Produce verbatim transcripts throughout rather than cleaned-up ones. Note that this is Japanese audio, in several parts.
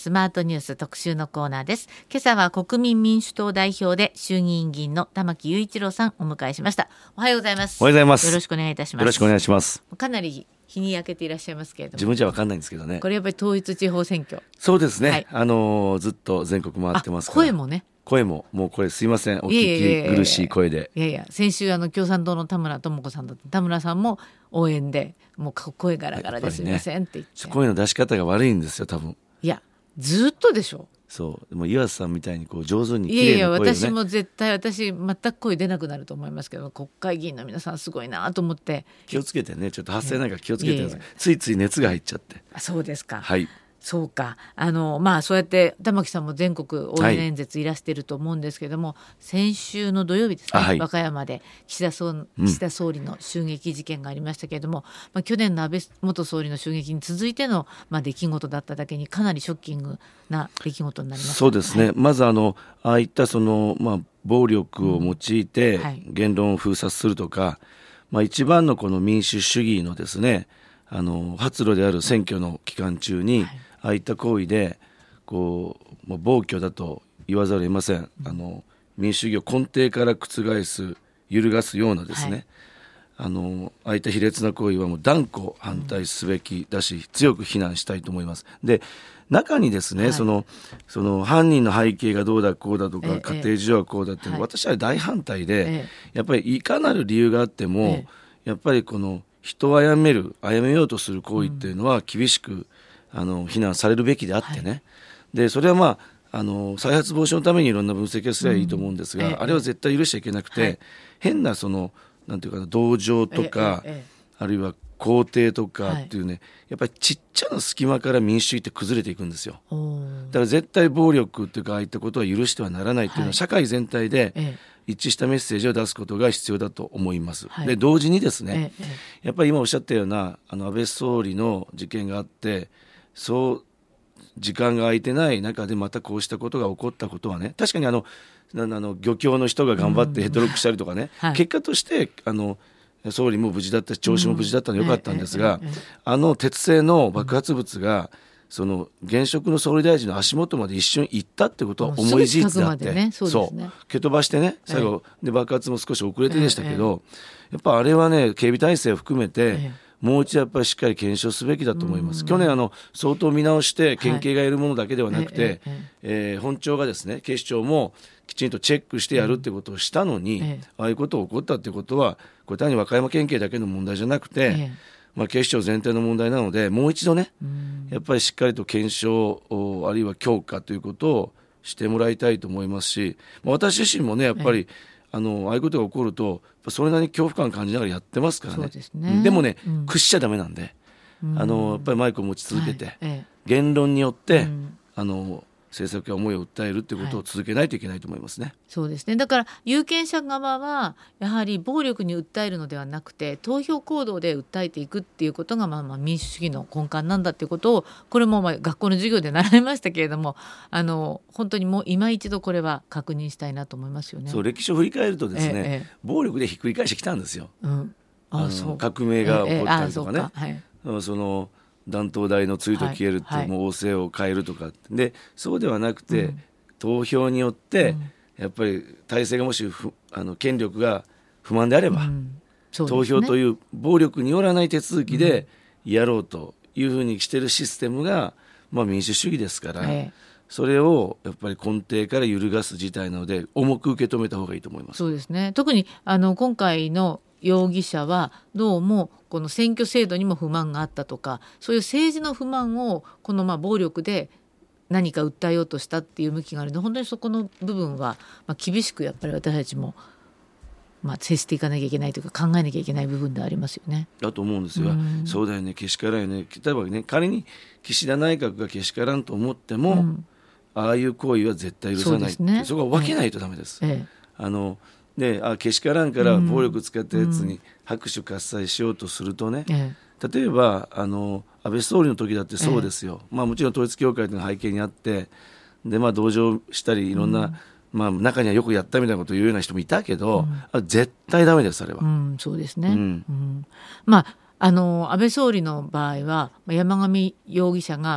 スマートニュース特集のコーナーです。今朝は国民民主党代表で衆議院議員の玉木雄一郎さんお迎えしました。おはようございます。 おはようございます。 よろしくお願いいたします。 よろしくお願いします。 かなり日に焼けていらっしゃいますけれども、 自分じゃ分かんないんですけどね。 これやっぱり統一地方選挙。 そうですね、 はい、 あのー、ずっと全国回ってますから。 声もね声ももうこれすいません、お聞き苦しい声で。 いやいや先週あの共産党の田村智子さんだった田村さんも応援でもう声ガラガラですみませんって言って、 ね、声の出し方が悪いんですよ多分。 いやずっとでしょ。 そうでも岩瀬さんみたいにこう上手に綺いやいや麗な声をね。 私も絶対私全く声出なくなると思いますけど、国会議員の皆さんすごいなと思って。 気をつけてね、ちょっと発声なんか気をつけてください。ついつい熱が入っちゃって。 あ、そうですか。 はい、そうか。あのまあそうやって玉木さんも全国応援演説いらしてると思うんですけども、はい、先週の土曜日ですね、はい、和歌山で岸田総、岸田総理の襲撃事件がありましたけれども、まあ、去年の安倍元総理の襲撃に続いての、まあ、出来事だっただけにかなりショッキングな出来事になりました。 そうですね、 はい、まずあのああいったその、まあ、暴力を用いて言論を封殺するとか、うんはいまあ、一番のこの民主主義のですね、あの発露である選挙の期間中に、はいああいった行為でこうもう暴挙だと言わざるを得ません。あの民主主義を根底から覆す揺るがすようなですね、はい、あのああいった卑劣な行為はもう断固反対すべきだし、うん、強く非難したいと思います。で中にですね、はい、そのその犯人の背景がどうだこうだとか、ええ、家庭事情はこうだっていうの、はい、私は大反対で、え、やっぱりいかなる理由があっても、やっぱりこの人を殺める殺めようとする行為っていうのは厳しく、うんあの非難されるべきであってね、はい、でそれはまああの再発防止のためにいろんな分析をすればいいと思うんですが、うんええ、あれは絶対許しちゃいけなくて、はい、変なそのなんていうかな同情とか、えええ、あるいは肯定とかっていうね、はい、やっぱりちっちゃな隙間から民主主義って崩れていくんですよ。だから絶対暴力っていうかああいったことは許してはならないっていうのは、はい、社会全体で一致したメッセージを出すことが必要だと思います、はい、で同時にですね、やっぱり今おっしゃったようなあの安倍総理の事件があってそう時間が空いてない中でまたこうしたことが起こったことはね、確かにあのあの漁協の人が頑張ってヘッドロックしたりとかね、はい、結果としてあの総理も無事だったし聴衆も無事だったのは良かったんですが、うんええええ、あの鉄製の爆発物がその現職の総理大臣の足元まで一瞬行ったってことは重い事実であって、ね そうですね、そう蹴飛ばしてね最後、ええ、で爆発も少し遅れてでしたけど、ええ、やっぱあれはね警備体制を含めて、ええもう一度やっぱりしっかり検証すべきだと思います。去年あの相当見直して県警がやるものだけではなくて、はいえええー、本庁がですね警視庁もきちんとチェックしてやるってことをしたのに、ええ、ああいうことが起こったってことはこれ単に和歌山県警だけの問題じゃなくて、ええまあ、警視庁全体の問題なのでもう一度ねやっぱりしっかりと検証あるいは強化ということをしてもらいたいと思いますし、まあ、私自身もねやっぱり、ええあのああいうことが起こるとそれなりに恐怖感感じながらやってますからね。 そうですね。 でもね、うん、屈しちゃダメなんで、うん、あのやっぱりマイクを持ち続けて、はいええ、言論によって、うん、あの政策や思いを訴えるということを続けないといけないと思いますね、はい、 そうですね。だから有権者側はやはり暴力に訴えるのではなくて投票行動で訴えていくっていうことがまあまあ民主主義の根幹なんだっていうことをこれもまあ学校の授業で習いましたけれども、あの本当にもう今一度これは確認したいなと思いますよね。 そう歴史を振り返るとですね、ええ、暴力でひっくり返してきたんですよ、うん、ああそう革命が起こったりとかね、ええはい、その断頭台のついと消えるって、はい、もう王政を変えるとかでそうではなくて、うん、投票によって、うん、やっぱり体制がもしあの権力が不満であれば、うんそうですね、投票という暴力によらない手続きでやろうというふうにしているシステムが、まあ、民主主義ですから、ええ、それをやっぱり根底から揺るがす事態なので重く受け止めた方がいいと思います。 そうですね。特にあの今回の容疑者はどうもこの選挙制度にも不満があったとかそういう政治の不満をこのまあ暴力で何か訴えようとしたっていう向きがあるので本当にそこの部分はまあ厳しくやっぱり私たちもまあ接していかなきゃいけないというか考えなきゃいけない部分でありますよね。 だと思うんですよ。うんそうだよねけしからんよね。例えばね仮に岸田内閣がけしからんと思っても、うん、ああいう行為は絶対許さない。そうですね。そこは分けないとダメです、ええ、あのであけしからんから暴力使ったやつに拍手喝采しようとするとね、うん、例えばあの安倍総理の時だってそうですよ、えまあ、もちろん統一教会というのが背景にあってで、まあ、同情したりいろんな、うんまあ、中にはよくやったみたいなことを言うような人もいたけど、うん、絶対ダメですあれは、うん、 そうですね、うんうん、まああの安倍総理の場合は山上容疑者が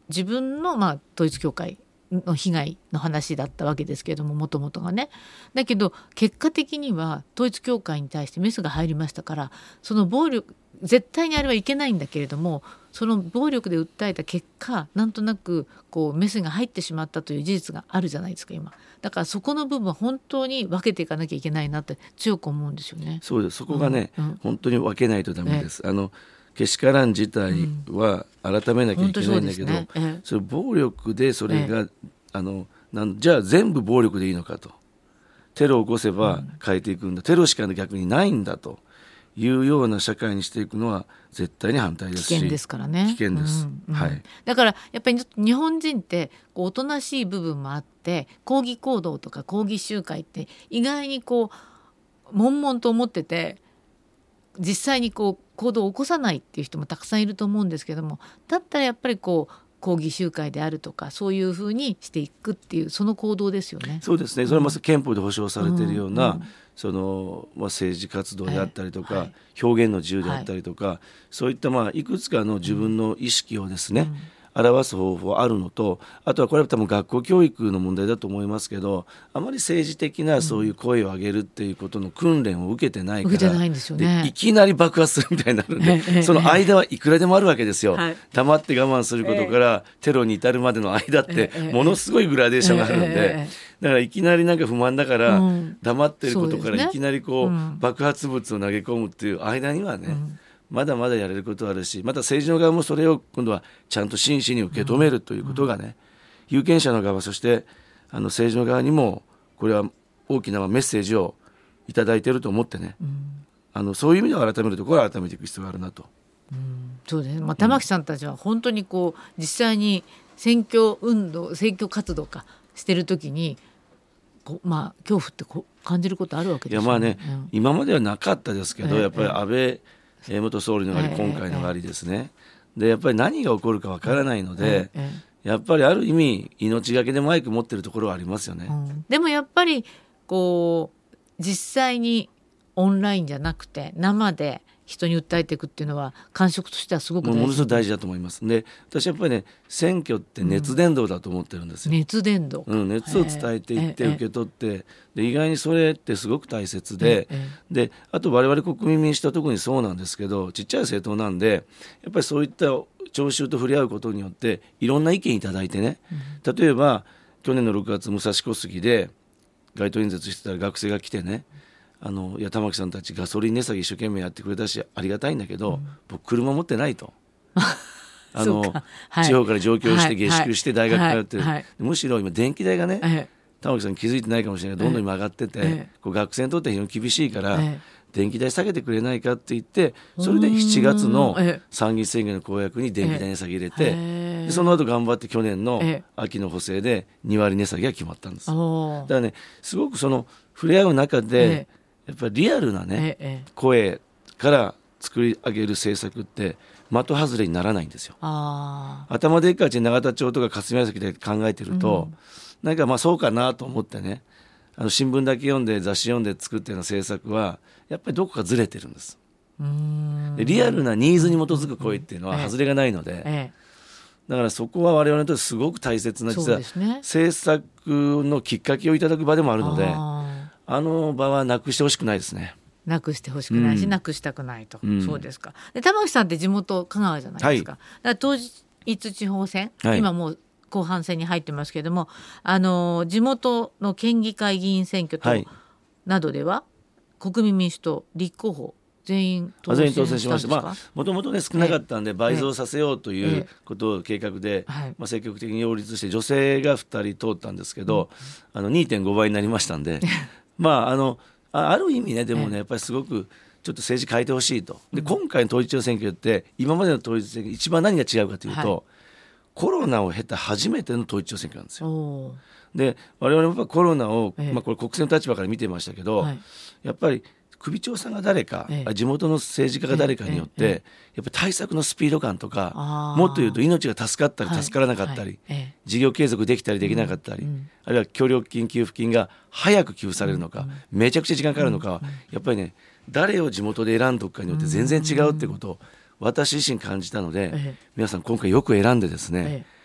自分のまあ統一教会の被害の話だったわけですけれども、もともとがね。だけど結果的には統一教会に対してメスが入りましたから、その暴力絶対にあれはいけないんだけれども、その暴力で訴えた結果、なんとなくこうメスが入ってしまったという事実があるじゃないですか今。だからそこの部分は本当に分けていかなきゃいけないなって強く思うんですよね。 そうです。そこがね、 うんうん、 本当に分けないとダメです。あのけしからん自体は改めなきゃいけないんだけど、うんねええ、それ暴力でそれが、ええ、あのなんじゃあ全部暴力でいいのかと、テロを起こせば変えていくんだ、うん、テロしか逆にないんだというような社会にしていくのは絶対に反対ですし、 危険ですからね。 危険です、 うんうん、 はい、 だからやっぱり日本人ってこうおとなしい部分もあって、抗議行動とか抗議集会って意外にこう悶々と思ってて、実際にこう行動を起こさないっていう人もたくさんいると思うんですけども、だったらやっぱりこう抗議集会であるとかそういうふうにしていくっていうその行動ですよね。 そうですね。それも憲法で保障されているような、うんうん、そのまあ、政治活動であったりとか、はい、表現の自由であったりとか、はい、そういったまあいくつかの自分の意識をですね、うん表す方法あるのと、あとはこれは多分学校教育の問題だと思いますけど、あまり政治的なそういう声を上げるっていうことの訓練を受けてないから、 受けてないんですよね。 でいきなり爆発するみたいになるんで、その間はいくらでもあるわけですよ、はい、黙って我慢することからテロに至るまでの間ってものすごいグラデーションがあるんで、だからいきなりなんか不満だから黙ってることからいきなりこう爆発物を投げ込むっていう間にはね、うんまだまだやれることあるし、また政治の側もそれを今度はちゃんと真摯に受け止めるということがね、うん、有権者の側、そしてあの政治の側にもこれは大きなメッセージをいただいていると思ってね、うん、あのそういう意味では改めるところは改めていく必要があるなと、 うん、そうですね、まあ、玉木さんたちは本当にこう実際に選挙運動選挙活動かしてる時にこう、まあ、恐怖ってこう感じることあるわけですよね。 いやまあね、うん、今まではなかったですけど、えー、やっぱり安倍、えー元総理のがあり、今回のがありですね、でやっぱり何が起こるかわからないので、やっぱりある意味命がけでマイク持ってるところはありますよね、うん、 でもやっぱりこう実際にオンラインじゃなくて生で人に訴えていくっていうのは感触としてはすごく大事。 ものすごく大事だと思います。で私やっぱりね、選挙って熱伝導だと思ってるんですよ、 うん、熱伝導、 うん、熱を伝えていって受け取って、で意外にそれってすごく大切で、であと我々国民民主党は特にそうなんですけど、ちっちゃい政党なんでやっぱりそういった聴衆と触れ合うことによっていろんな意見いただいてね、うん、例えば去年のろくがつ武蔵小杉で街頭演説してたら学生が来てね、あのいや玉木さんたちガソリン値下げ一生懸命やってくれたしありがたいんだけど、うん、僕車持ってないとあの、はい、地方から上京して下宿して大学通ってる、はいはい、むしろ今電気代がね、はい、玉木さん気づいてないかもしれないどんどん今上がってて、はい、こう学生にとっては非常に厳しいから、はい、電気代下げてくれないかって言ってそれでしちがつの参議院選挙の公約に電気代値下げ入れて、でその後頑張って去年の秋の補正でにわり値下げが決まったんです。だからねすごくその触れ合う中でやっぱりリアルなね、ええ、声から作り上げる政策って的外れにならないんですよ。あ頭でっかち永田町とか霞ヶ関で考えてると、うん、なんかまあそうかなと思ってね、あの新聞だけ読んで雑誌読んで作ってるような政策はやっぱりどこかずれてるんです。うーんでリアルなニーズに基づく声っていうのは外れがないので、ええ、だからそこは我々にとってすごく大切な実は政策のきっかけをいただく場でもあるので、あの場はなくしてほしくないですね。 なくしてほしくないし、うん、なくしたくないと、うん、そうですか。で玉木さんって地元香川じゃないですか、はい、だから統一地方選、はい、今もう後半戦に入ってますけれども、あの地元の県議会議員選挙と、はい、などでは国民民主党立候補全員当選したんですか。しました。 もともとね少なかったんで倍増させようということを計画で、まあ、積極的に擁立して女性がふたり通ったんですけど、うん、あの にてんご 倍になりましたんでまああのある意味ねでもねやっぱりすごくちょっと政治変えてほしいと。で今回の統一地方選挙って今までの統一選挙一番何が違うかというと、はい、コロナを経た初めての統一地方選挙なんですよ。で我々もやっぱコロナを、まあ、これ国政の立場から見てましたけど、はい、やっぱり首長さんが誰か、ええ、地元の政治家が誰かによって、えええ、やっぱり対策のスピード感とか、もっと言うと命が助かったり助からなかったり、はいはい、事業継続できたりできなかったり、うん、あるいは協力金給付金が早く給付されるのか、うん、めちゃくちゃ時間かかるのか、うん、やっぱりね誰を地元で選んどくかによって全然違うってことを私自身感じたので、皆さん今回よく選んでですね、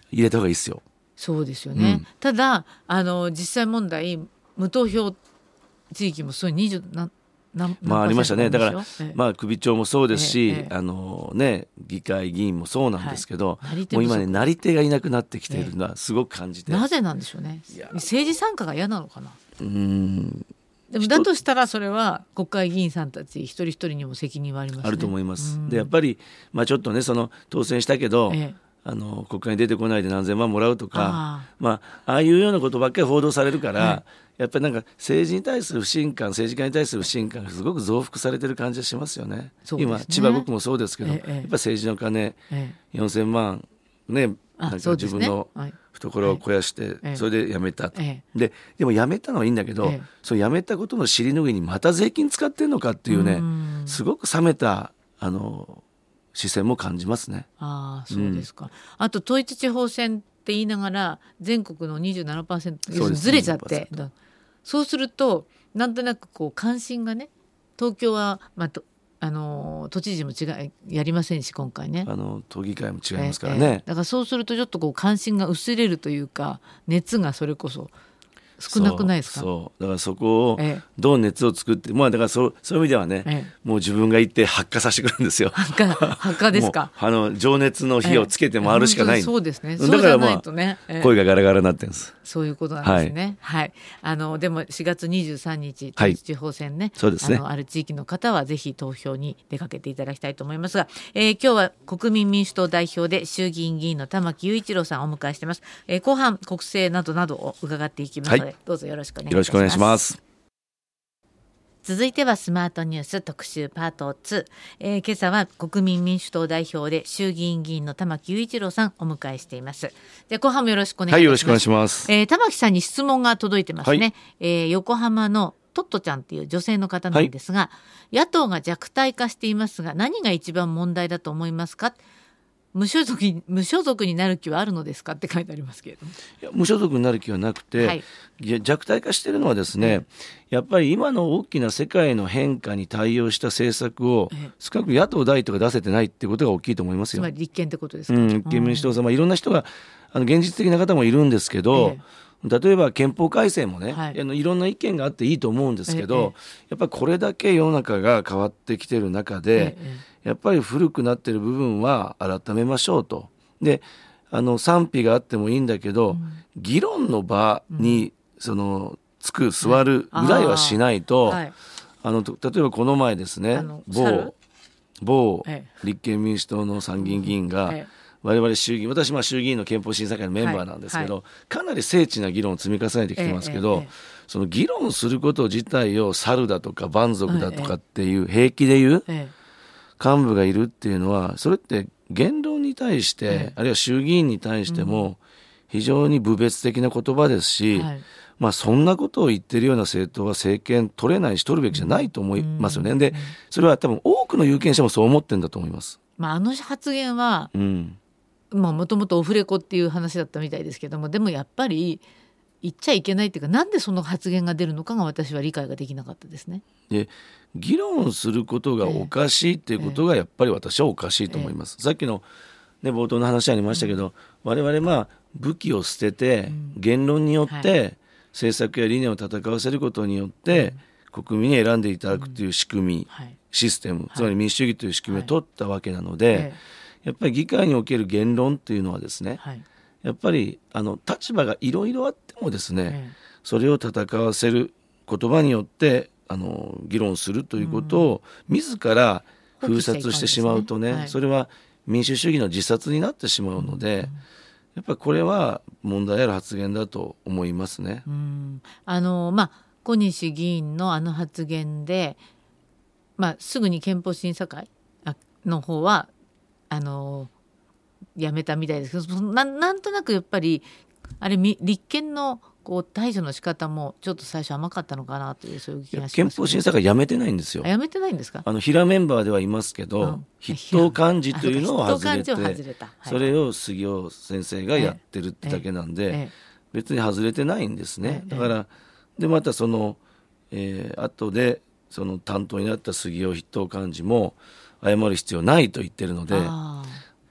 入れた方がいいですよ。 そうですよね、うん、ただあの実際問題無投票地域もそういうにじゅう何まあありましたね。だから、ええ、まあ首長もそうですし、ええ、あのね議会議員もそうなんですけど、はい、もう今ねなり手がいなくなってきているのはすごく感じて、 ええ、なぜなんでしょうね。政治参加が嫌なのかな。うーんでもだとしたらそれは国会議員さんたち一人一人にも責任はありますね。 あると思います。でやっぱり、まあ、ちょっとねその当選したけど、ええ、あの国会に出てこないで何千万もらうとか、あ,、まあ、ああいうようなことばっかり報道されるから、はい、やっぱりなんか政治に対する不信感政治家に対する不信感がすごく増幅されてる感じがしますよね。そうですね。今千葉ごくもそうですけど、ええ、やっぱ政治の金、ええ、よんせんまんねなんか自分の懐を肥やして、はい、それで辞めたと、ええ、で, でも辞めたのはいいんだけど、ええ、その辞めたことの尻拭いにまた税金使ってんのかっていうね、うすごく冷めたあの視線も感じますね。 ああそうですか、うん、あと統一地方選って言いながら全国の にじゅうななパーセント ずれちゃって、そうするとなんとなくこう関心がね東京は、まあ、あの都知事も違いやりませんし今回ねあの都議会も違いますからね、えーえー、 だからそうするとちょっとこう関心が薄れるというか熱がそれこそ少なくないですか。 そうそうだからそこをどう熱を作って、ええ、まあだからそ う, そういう意味ではね、ええ、もう自分が行って発火させてくるんですよ。 発火発火ですか。 あの情熱の火をつけて回るしかない、ええ、 そうですね。そうじゃないとね、 だからまあ、ええ、声がガラガラになってるんです。 そういうことなんですね、はいはい、あのでもしがつにじゅうさんにち統一地方選ね、はい、そうですね、あのある地域の方はぜひ投票に出かけていただきたいと思いますが、えー、今日は国民民主党代表で衆議院議員の玉木雄一郎さんをお迎えしています、えー、後半国政などなどを伺っていきますので、はい、どうぞよろしくお願いします。 よろしくお願いします。 続いてはスマートニュース特集パートツー、えー、今朝は国民民主党代表で衆議院議員の玉木雄一郎さんをお迎えしています。で後半もよろしくお願いします。 はい、よろしくお願いします。 えー、玉木さんに質問が届いてますね、はい、えー、横浜のトットちゃんっていう女性の方なんですが、はい、野党が弱体化していますが何が一番問題だと思いますか。無所属に、無所属になる気はあるのですかって書いてありますけれども。 いや無所属になる気はなくて、はい、弱体化しているのはですね、やっぱり今の大きな世界の変化に対応した政策を少なく野党第一が出せてないっていうことが大きいと思いますよ。 つまり立憲ってことですか。 うん、立憲民主党様、いろんな人があの現実的な方もいるんですけど、ええ、例えば憲法改正もね、はい、あのいろんな意見があっていいと思うんですけど、ええ、やっぱりこれだけ世の中が変わってきてる中で、ええ、やっぱり古くなってる部分は改めましょうと。であの賛否があってもいいんだけど、うん、議論の場に、うん、そのつく座るぐらいはしないと、はい、あの例えばこの前ですね某, 某立憲民主党の参議院議員が、ええ、我々衆議院私は衆議院の憲法審査会のメンバーなんですけど、はいはい、かなり精緻な議論を積み重ねてきてますけど、ええええ、その議論すること自体を猿だとか蛮族だとかっていう、ええ、平気で言う、ええ、幹部がいるっていうのはそれって言論に対して、ええ、あるいは衆議院に対しても非常に侮蔑的な言葉ですし、はい、まあ、そんなことを言ってるような政党は政権取れないし取るべきじゃないと思いますよね。でそれは多分多くの有権者もそう思ってるんだと思います。 まあ、あの発言は、うんもともとオフレコっていう話だったみたいですけども、でもやっぱり言っちゃいけないっていうか、なんでその発言が出るのかが私は理解ができなかったですね。 で議論することがおかしいっていうことがやっぱり私はおかしいと思います、ええ、さっきの、ね、冒頭の話ありましたけど、うん、我々まあ武器を捨てて言論によって、うんはい、政策や理念を戦わせることによって、うん、国民に選んでいただくという仕組み、うんはい、システム、つまり民主主義という仕組みを取ったわけなので、はいええやっぱり議会における言論っていうのはですね、はい、やっぱりあの立場がいろいろあってもですね、ええ、それを戦わせる言葉によってあの議論するということを自ら封殺してしまうとね、はい、それは民主主義の自殺になってしまうので、うん、やっぱりこれは問題ある発言だと思いますね。 うんあのまあ、小西議員のあの発言で、まあ、すぐに憲法審査会の方はあのやめたみたいですけど、 な, なんとなくやっぱりあれ立憲のこう対処の仕方もちょっと最初甘かったのかなというそういう気がします、ね、 憲法審査会やめてないんですよ。 やめてないんですか。 あの平メンバーではいますけど、うん、筆頭幹事というのを外れて、はい、それを杉尾先生がやってるってだけなんで、えええ、別に外れてないんですね、え、だからでまたその、えー、後でその担当になった杉尾筆頭幹事も謝る必要ないと言ってるので、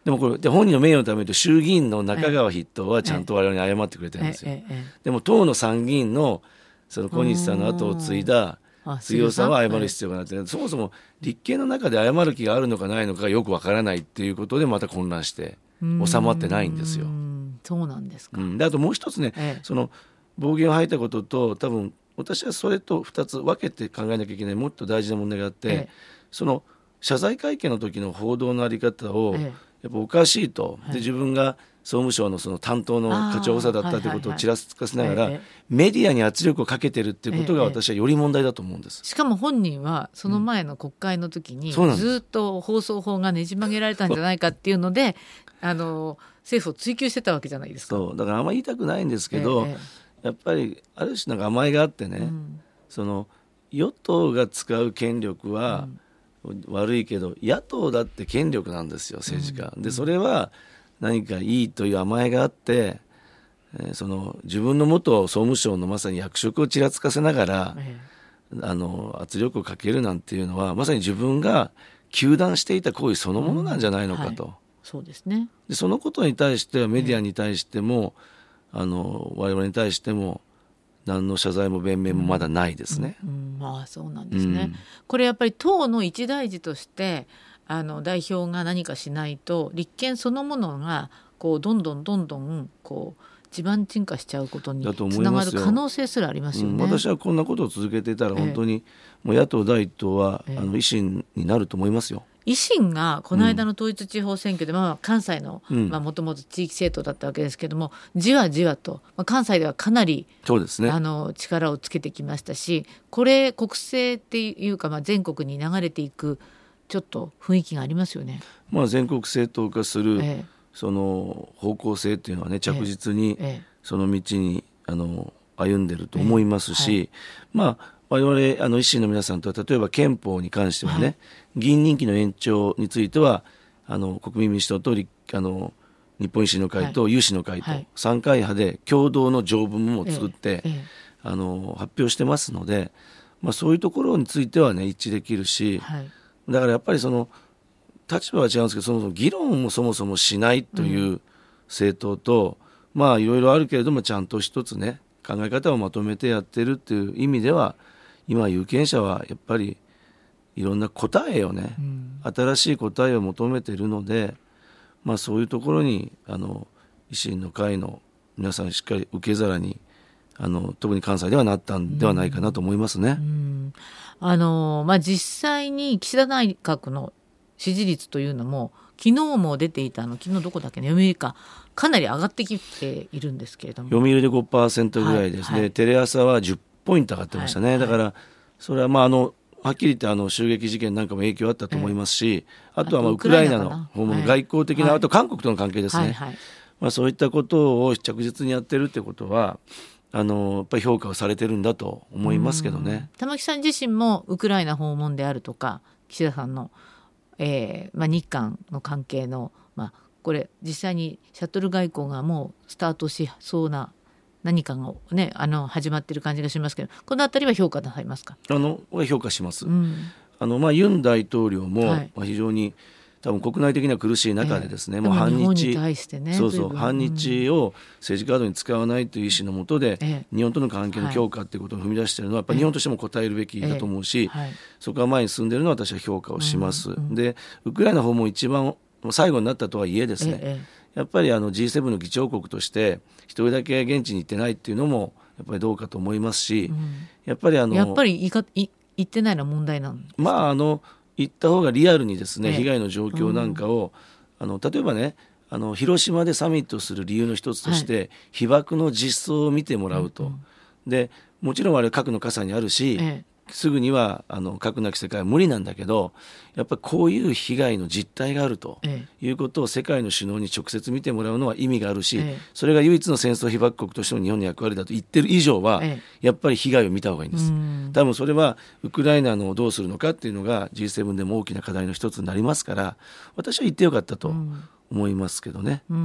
でもこれで本人の名誉のために衆議院の中川筆頭はちゃんと我々に謝ってくれてるんですよ、 えええええでも党の参議院のその小西さんの後を継いだ杉尾さんは謝る必要がなって、はい、そもそも立憲の中で謝る気があるのかないのかよくわからないっていうことでまた混乱して収まってないんですよ。 うん、そうなんですか、 うん、であともう一つね、ええ、その暴言を吐いたことと多分私はそれとふたつ分けて考えなきゃいけないもっと大事な問題があって、ええ、その謝罪会見の時の報道のあり方を、ええ、やっぱおかしいと、はい、で自分が総務省のその担当の課長補佐だったということをちらつかせながら、はいはいはい、メディアに圧力をかけてるっていうことが私はより問題だと思うんです、 ええ、しかも本人はその前の国会の時に、うん、ずっと放送法がねじ曲げられたんじゃないかっていうのであの政府を追及してたわけじゃないですか。 そうだからあんまり言いたくないんですけど、ええ、やっぱりある種なんか甘えがあってね、うん、その与党が使う権力は悪いけど、うん、野党だって権力なんですよ政治家、うん、でそれは何かいいという甘えがあって、えー、その自分の元総務省のまさに役職をちらつかせながら、ええ、あの圧力をかけるなんていうのはまさに自分が糾弾していた行為そのものなんじゃないのかと、うんはい、 そうですね。 でそのことに対してはメディアに対しても、ええ、あの我々に対しても何の謝罪も弁明もまだないですね、 うんうんうん、ああそうなんですね、うん、これやっぱり党の一大事としてあの代表が何かしないと立憲そのものがこうどんどんどんどんこう地盤沈下しちゃうことにつながる可能性すらありますよね。 うん、私はこんなことを続けていたら本当にもう野党第一党は、ええ、あの維新になると思いますよ。 維新がこの間の統一地方選挙で、うんまあ、関西のもともと地域政党だったわけですけどもじわじわと、まあ、関西ではかなりそうですね、 あの力をつけてきましたしこれ国政っていうか、まあ、全国に流れていくちょっと雰囲気がありますよね。 まあ、全国政党化する、ええ、その方向性っていうのはね着実にその道にあの歩んでると思いますし、ええはい、まあ我々あの維新の皆さんとは例えば憲法に関してはね、はい、議員任期の延長についてはあの国民民主党とあの日本維新の会と有志の会とさんかい派で共同の条文も作って、ええええ、あの発表してますので、まあ、そういうところについてはね一致できるし、はい、だからやっぱりその立場は違うんですけどそもそも議論もそもそもしないという政党と、うん、まあいろいろあるけれどもちゃんと一つね考え方をまとめてやってるっていう意味では今有権者はやっぱりいろんな答えをね、うん、新しい答えを求めているので、まあ、そういうところにあの維新の会の皆さんしっかり受け皿にあの特に関西ではなったんではないかなと思いますね、うんうん、 あのまあ、実際に岸田内閣の支持率というのも昨日も出ていたの昨日どこだっけね読売かかなり上がってきているんですけれども読売で ごパーセント ぐらいですね、はいはい、テレ朝はじゅっポイント上がってましたね、はいはい、だからそれはまああのはっきり言ってあの襲撃事件なんかも影響あったと思いますし、えー、あとはまあウクライナの訪問、外交的な、はい、あと韓国との関係ですね、はいはいまあ、そういったことを着実にやってるってことはあのやっぱり評価をされてるんだと思いますけどね。 玉木さん自身もウクライナ訪問であるとか岸田さんの、えーまあ、日韓の関係の、まあ、これ実際にシャトル外交がもうスタートしそうな何かが、ね、あの始まっている感じがしますけどこのあたりは評価なさいますか。 あの評価します、うんあのまあ、ユン大統領も、はいまあ、非常に多分国内的には苦しい中でですね、えー、もう反日、 日本に対してね、 そうそう反日を政治カードに使わないという意思のもとで、えー、日本との関係の強化ということを踏み出しているのはやっぱり日本としても応えるべきだと思うし、えーはい、そこが前に進んでいるのは私は評価をします、うんうん、でウクライナ訪問一番最後になったとはいえですね、えー、やっぱりあの ジーセブン の議長国として一人だけ現地に行ってないっていうのもやっぱりどうかと思いますし、うん、やっぱりあのやっぱり行ってないのは問題なんですか。 まああの行った方がリアルにですね、ええ、被害の状況なんかを、うん、あの例えばねあの広島でサミットする理由の一つとして、はい、被爆の実相を見てもらうと、うんうん、でもちろんあれ核の傘にあるし、ええ、すぐにはあの核なき世界は無理なんだけどやっぱりこういう被害の実態があるということを世界の首脳に直接見てもらうのは意味があるし、ええ、それが唯一の戦争被爆国としての日本の役割だと言ってる以上は、ええ、やっぱり被害を見た方がいいんです。多分それはウクライナのどうするのかっていうのが ジーセブン でも大きな課題の一つになりますから私は言ってよかったと思いますけどね。 うん、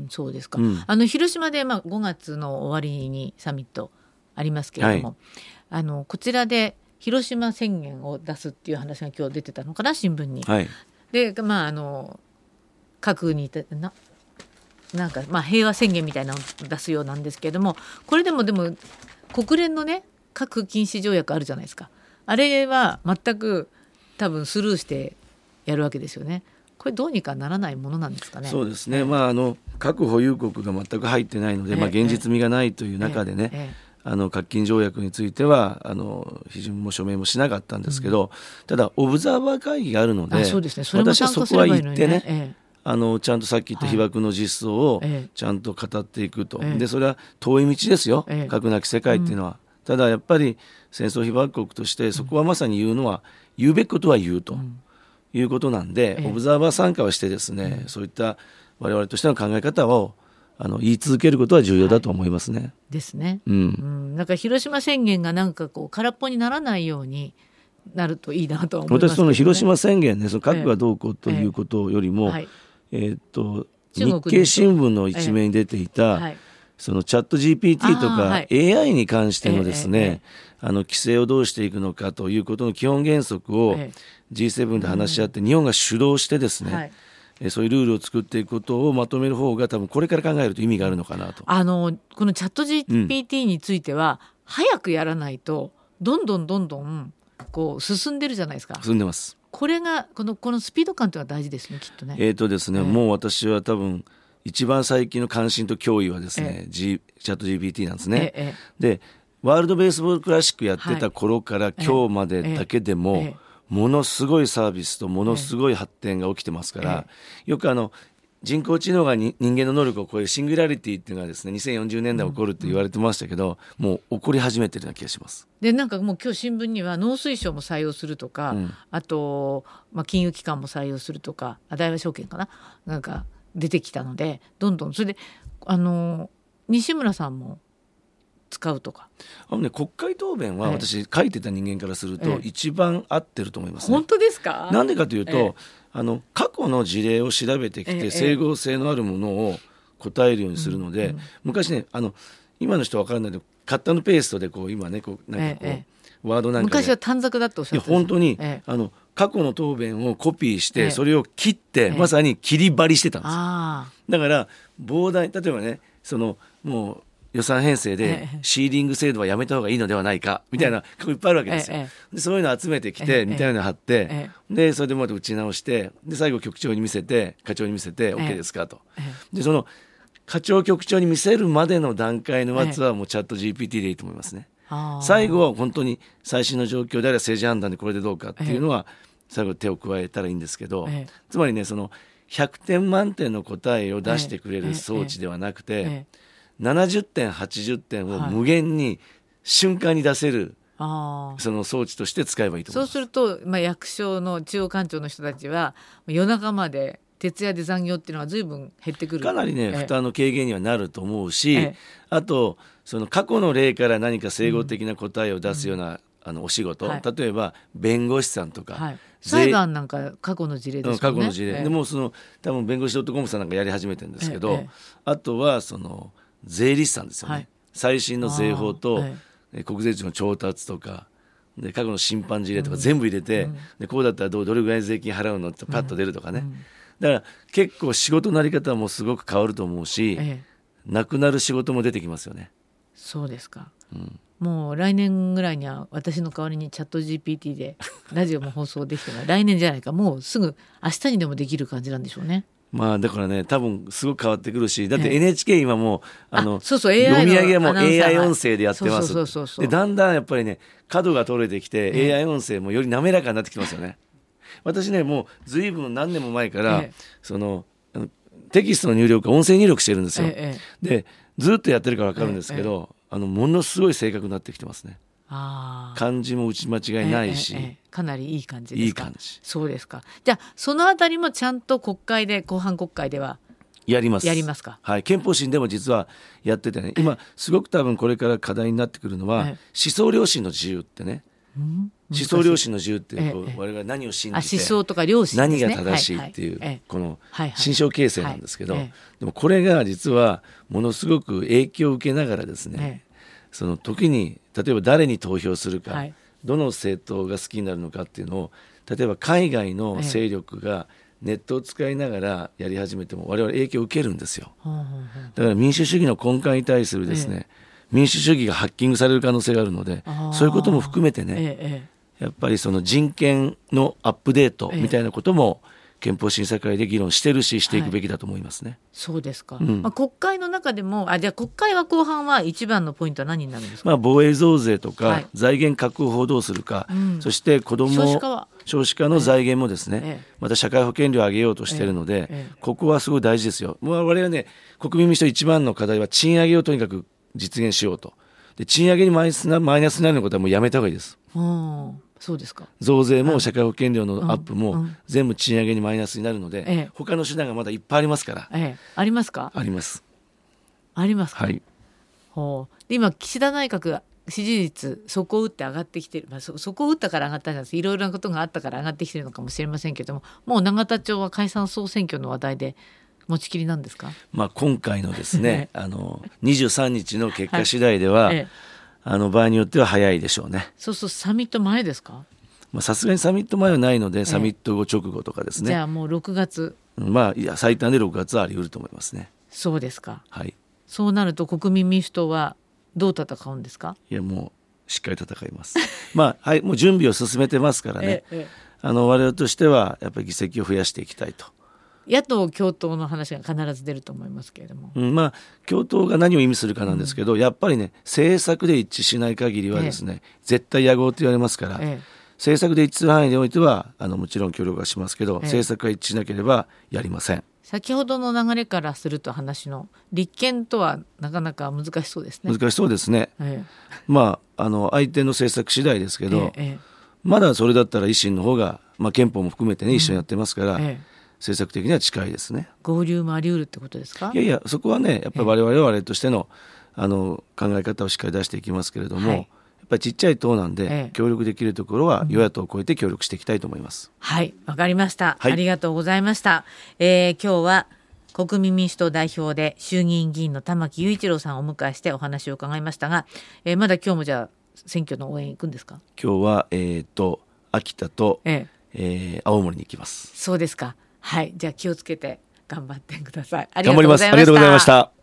そうですか、うん、あの広島でまあごがつの終わりにサミットありますけれども、はい、あのこちらで広島宣言を出すっていう話が今日出てたのかな新聞に、はい、でまああの核にななんかまあ平和宣言みたいなのを出すようなんですけれども、これでもでも国連のね核禁止条約あるじゃないですか。あれは全く多分スルーしてやるわけですよね。これどうにかならないものなんですかね。 そうですね、ええ、まあ、あの核保有国が全く入ってないので、ええまあ、現実味がないという中でね、えええあの核禁条約についてはあの批准も署名もしなかったんですけど、うん、ただオブザーバー会議があるので、 そうですね、それも参加すればいいのにね、 私はそこは行ってね、ええ、あのちゃんとさっき言った被爆の実相をちゃんと語っていくと、ええ、でそれは遠い道ですよ、ええ、核なき世界っていうのは、うん、ただやっぱり戦争被爆国としてそこはまさに言うのは、うん、言うべきことは言うと、うんいうことなんで、ええ、オブザーバー参加をしてですね、うん、そういった我々としての考え方をあの言い続けることは重要だと思いますね、はい、 ですね、うんうん、なんか広島宣言がなんかこう空っぽにならないようになるといいなとは思いますけどね。 私その広島宣言ね、その核がどうこうということよりも、ええはいえー、っと日経新聞の一面に出ていた、ええはい、そのチャット ジーピーティー とか、はい、エーアイ に関してのですね、ええええ、あの規制をどうしていくのかということの基本原則を、ええジーセブン で話し合って、うん、日本が主導してですね、はい、えそういうルールを作っていくことをまとめる方が多分これから考えると意味があるのかなと。 あのこのチャット ジーピーティー については、うん、早くやらないとどんどんどんどんこう進んでるじゃないですか。 進んでます。 これがこの、このスピード感というのは大事ですね、きっとね。 えーとですね、えー、もう私は多分一番最近の関心と脅威はですね、えー G、チャット ジーピーティー なんですね、えーえー、でワールドベースボールクラシックやってた頃から、今日までだけでも、えーえーえーものすごいサービスとものすごい発展が起きてますから、ええ、よくあの人工知能が人間の能力を超えるシングラリティっていうのがですねにせんよんじゅうねんだい起こるって言われてましたけど、うんうん、もう起こり始めてるような気がします。 でなんかもう今日新聞には農水省も採用するとか、うん、あと、まあ、金融機関も採用するとか、大和証券かな、なんか出てきたのでどんどんそれであの西村さんも使うとかあの、ね、国会答弁は私書いてた人間からすると一番合ってると思いますね。 本当ですか？ なんでかというと、ええ、あの過去の事例を調べてきて、ええ、整合性のあるものを答えるようにするので、うんうん、昔ねあの今の人は分からないけどカッターペーストでこう今ねこうなんかこう、ええ、ワードなんかで昔は短冊だっておっしゃってた。 いや本当に、ええ、あの過去の答弁をコピーして、ええ、それを切って、ええ、まさに切り張りしてたんですよ。あだから膨大例えばねそのもう予算編成でシーリング制度はやめた方がいいのではないかみたいなこといっぱいあるわけですよ、ええ、でそういうのを集めてきてみたいなの貼って、ええ、でそれでまた打ち直してで最後局長に見せて課長に見せて OK ですかと、ええ、でその課長局長に見せるまでの段階のやつはもうチャット ジーピーティー でいいと思いますね、ええ、最後は本当に最新の状況であれば政治判断でこれでどうかっていうのは最後手を加えたらいいんですけど、ええ、つまりねそのひゃくてん満点の答えを出してくれる装置ではなくて、ええええななじゅってんはちじゅってんを無限に瞬間に出せる、はい、その装置として使えばいいと思います。 そうすると、まあ、役所の中央官庁の人たちは夜中まで徹夜で残業っていうのは随分減ってくる。 かなりね、ええ、負担の軽減にはなると思うし、ええ、あとその過去の例から何か整合的な答えを出すような、うん、あのお仕事、はい、例えば弁護士さんとか、はい、 裁判なんか過去の事例ですよね。 過去の事例、ええ、でもその多分弁護士 .com さんなんかやり始めてるんですけど、ええ、あとはその税理士さんですよね、はい、最新の税法と、はい、国税庁の調達とかで過去の審判事例とか全部入れて、うん、でこうだったら ど, どれぐらい税金払うのってパッと出るとかね、うんうん、だから結構仕事のあり方もすごく変わると思うし、ええ、なくなる仕事も出てきますよね。 そうですか、うん、もう来年ぐらいには私の代わりにチャット ジーピーティー でラジオも放送できてない来年じゃないか、もうすぐ明日にでもできる感じなんでしょうね。 まあだからね多分すごく変わってくるし、だって エヌエイチケー 今もう、ええ、あのそうそう読み上げも エーアイ 音声でやってます。でだんだんやっぱりね角が取れてきて、ええ、エーアイ 音声もより滑らかになってきてますよね。私ねもうずいぶん何年も前から、ええ、そのテキストの入力音声入力してるんですよ、ええ、でずっとやってるから分かるんですけど、ええ、あのものすごい正確になってきてますね。あ漢字も打ち間違いないし、ええええ、 かなりいい感じですか。 いい感じ。 そうですか。じゃあそのあたりもちゃんと国会で後半国会ではやりますやりますか。 はい、憲法審でも実はやっててね、今すごく多分これから課題になってくるのは、思想良心の自由ってね、うん、思想良心の自由ってこう、ええ、我々が何を信じて、 思想とか良心ですね、 何が正しいっていう、はいはい、この心象形成なんですけど、 はいはい、 でもこれが実はものすごく影響を受けながらですね、ええ、その時に例えば誰に投票するか、はい、どの政党が好きになるのかっていうのを例えば海外の勢力がネットを使いながらやり始めても我々影響を受けるんですよ。だから民主主義の根幹に対するですね、ええ、民主主義がハッキングされる可能性があるので、そういうことも含めてね、ええ、やっぱりその人権のアップデートみたいなことも、ええ、憲法審査会で議論してるししていくべきだと思いますね、はい、 そうですか、うん、まあ、国会の中でもあじゃあ国会は後半は一番のポイントは何になるんですか。 まあ、防衛増税とか、はい、財源確保をどうするか、うん、そして子ども少子化は少子化の財源もですね、ええ、また社会保険料を上げようとしているので、えええ、ここはすごい大事ですよ。もう我々ね、国民民主党一番の課題は賃上げをとにかく実現しようと。で賃上げにマイナスな、マイナスになることはもうやめた方がいいです。 うん、そうですか。 増税も社会保険料のアップも全部賃上げにマイナスになるので、ええ、他の手段がまだいっぱいありますから、 ええ、ありますか。 ありますありますか、 はい、 ほうで今岸田内閣が支持率底を打って上がってきてる、まあ、そ底を打ったから上がったんじゃないです。いろいろなことがあったから上がってきてるのかもしれませんけども、もう永田町は解散総選挙の話題で持ちきりなんですか。 まあ、今回のですねあのにじゅうさんにちの結果次第では、はい、ええ、あの場合によっては早いでしょうね。 そうそう、サミット前ですか。 さすがにサミット前はないので、ええ、サミット後直後とかですね。 じゃあもうろくがつ、 まあいや最短でろくがつはあり得ると思いますね。 そうですか、 はい、 そうなると国民民主党はどう戦うんですか。 いやもうしっかり戦いますまあ、はい、もう準備を進めてますからね、ええ、あの我々としてはやっぱり議席を増やしていきたいと。 野党共闘の話が必ず出ると思いますけれども、 うん、まあ共闘が何を意味するかなんですけど、うん、やっぱりね政策で一致しない限りはですね、ええ、絶対野合と言われますから、ええ、政策で一致する範囲においてはあのもちろん協力はしますけど、ええ、政策が一致しなければやりません。 先ほどの流れからすると話の立憲とはなかなか難しそうですね。 難しそうですね、ええ、まあ、あの相手の政策次第ですけど、ええ、まだそれだったら維新の方が、まあ、憲法も含めてね、うん、一緒にやってますから、ええ、政策的には近いですね。 合流もあり得るってことですか。 いやいや、そこはねやっぱり我々は我々としての、ええ、あの考え方をしっかり出していきますけれども、はい、やっぱりちっちゃい党なんで、ええ、協力できるところは与野党を超えて協力していきたいと思います、 うん、はい、わかりました、はい、ありがとうございました、えー、今日は国民民主党代表で衆議院議員の玉木雄一郎さんをお迎えしてお話を伺いましたが、えー、まだ今日もじゃあ選挙の応援行くんですか。 今日は、えー、と秋田と、えええー、青森に行きます。 そうですか、はい、じゃあ気をつけて頑張ってください。 ありがとうございました。頑張ります。ありがとうございました。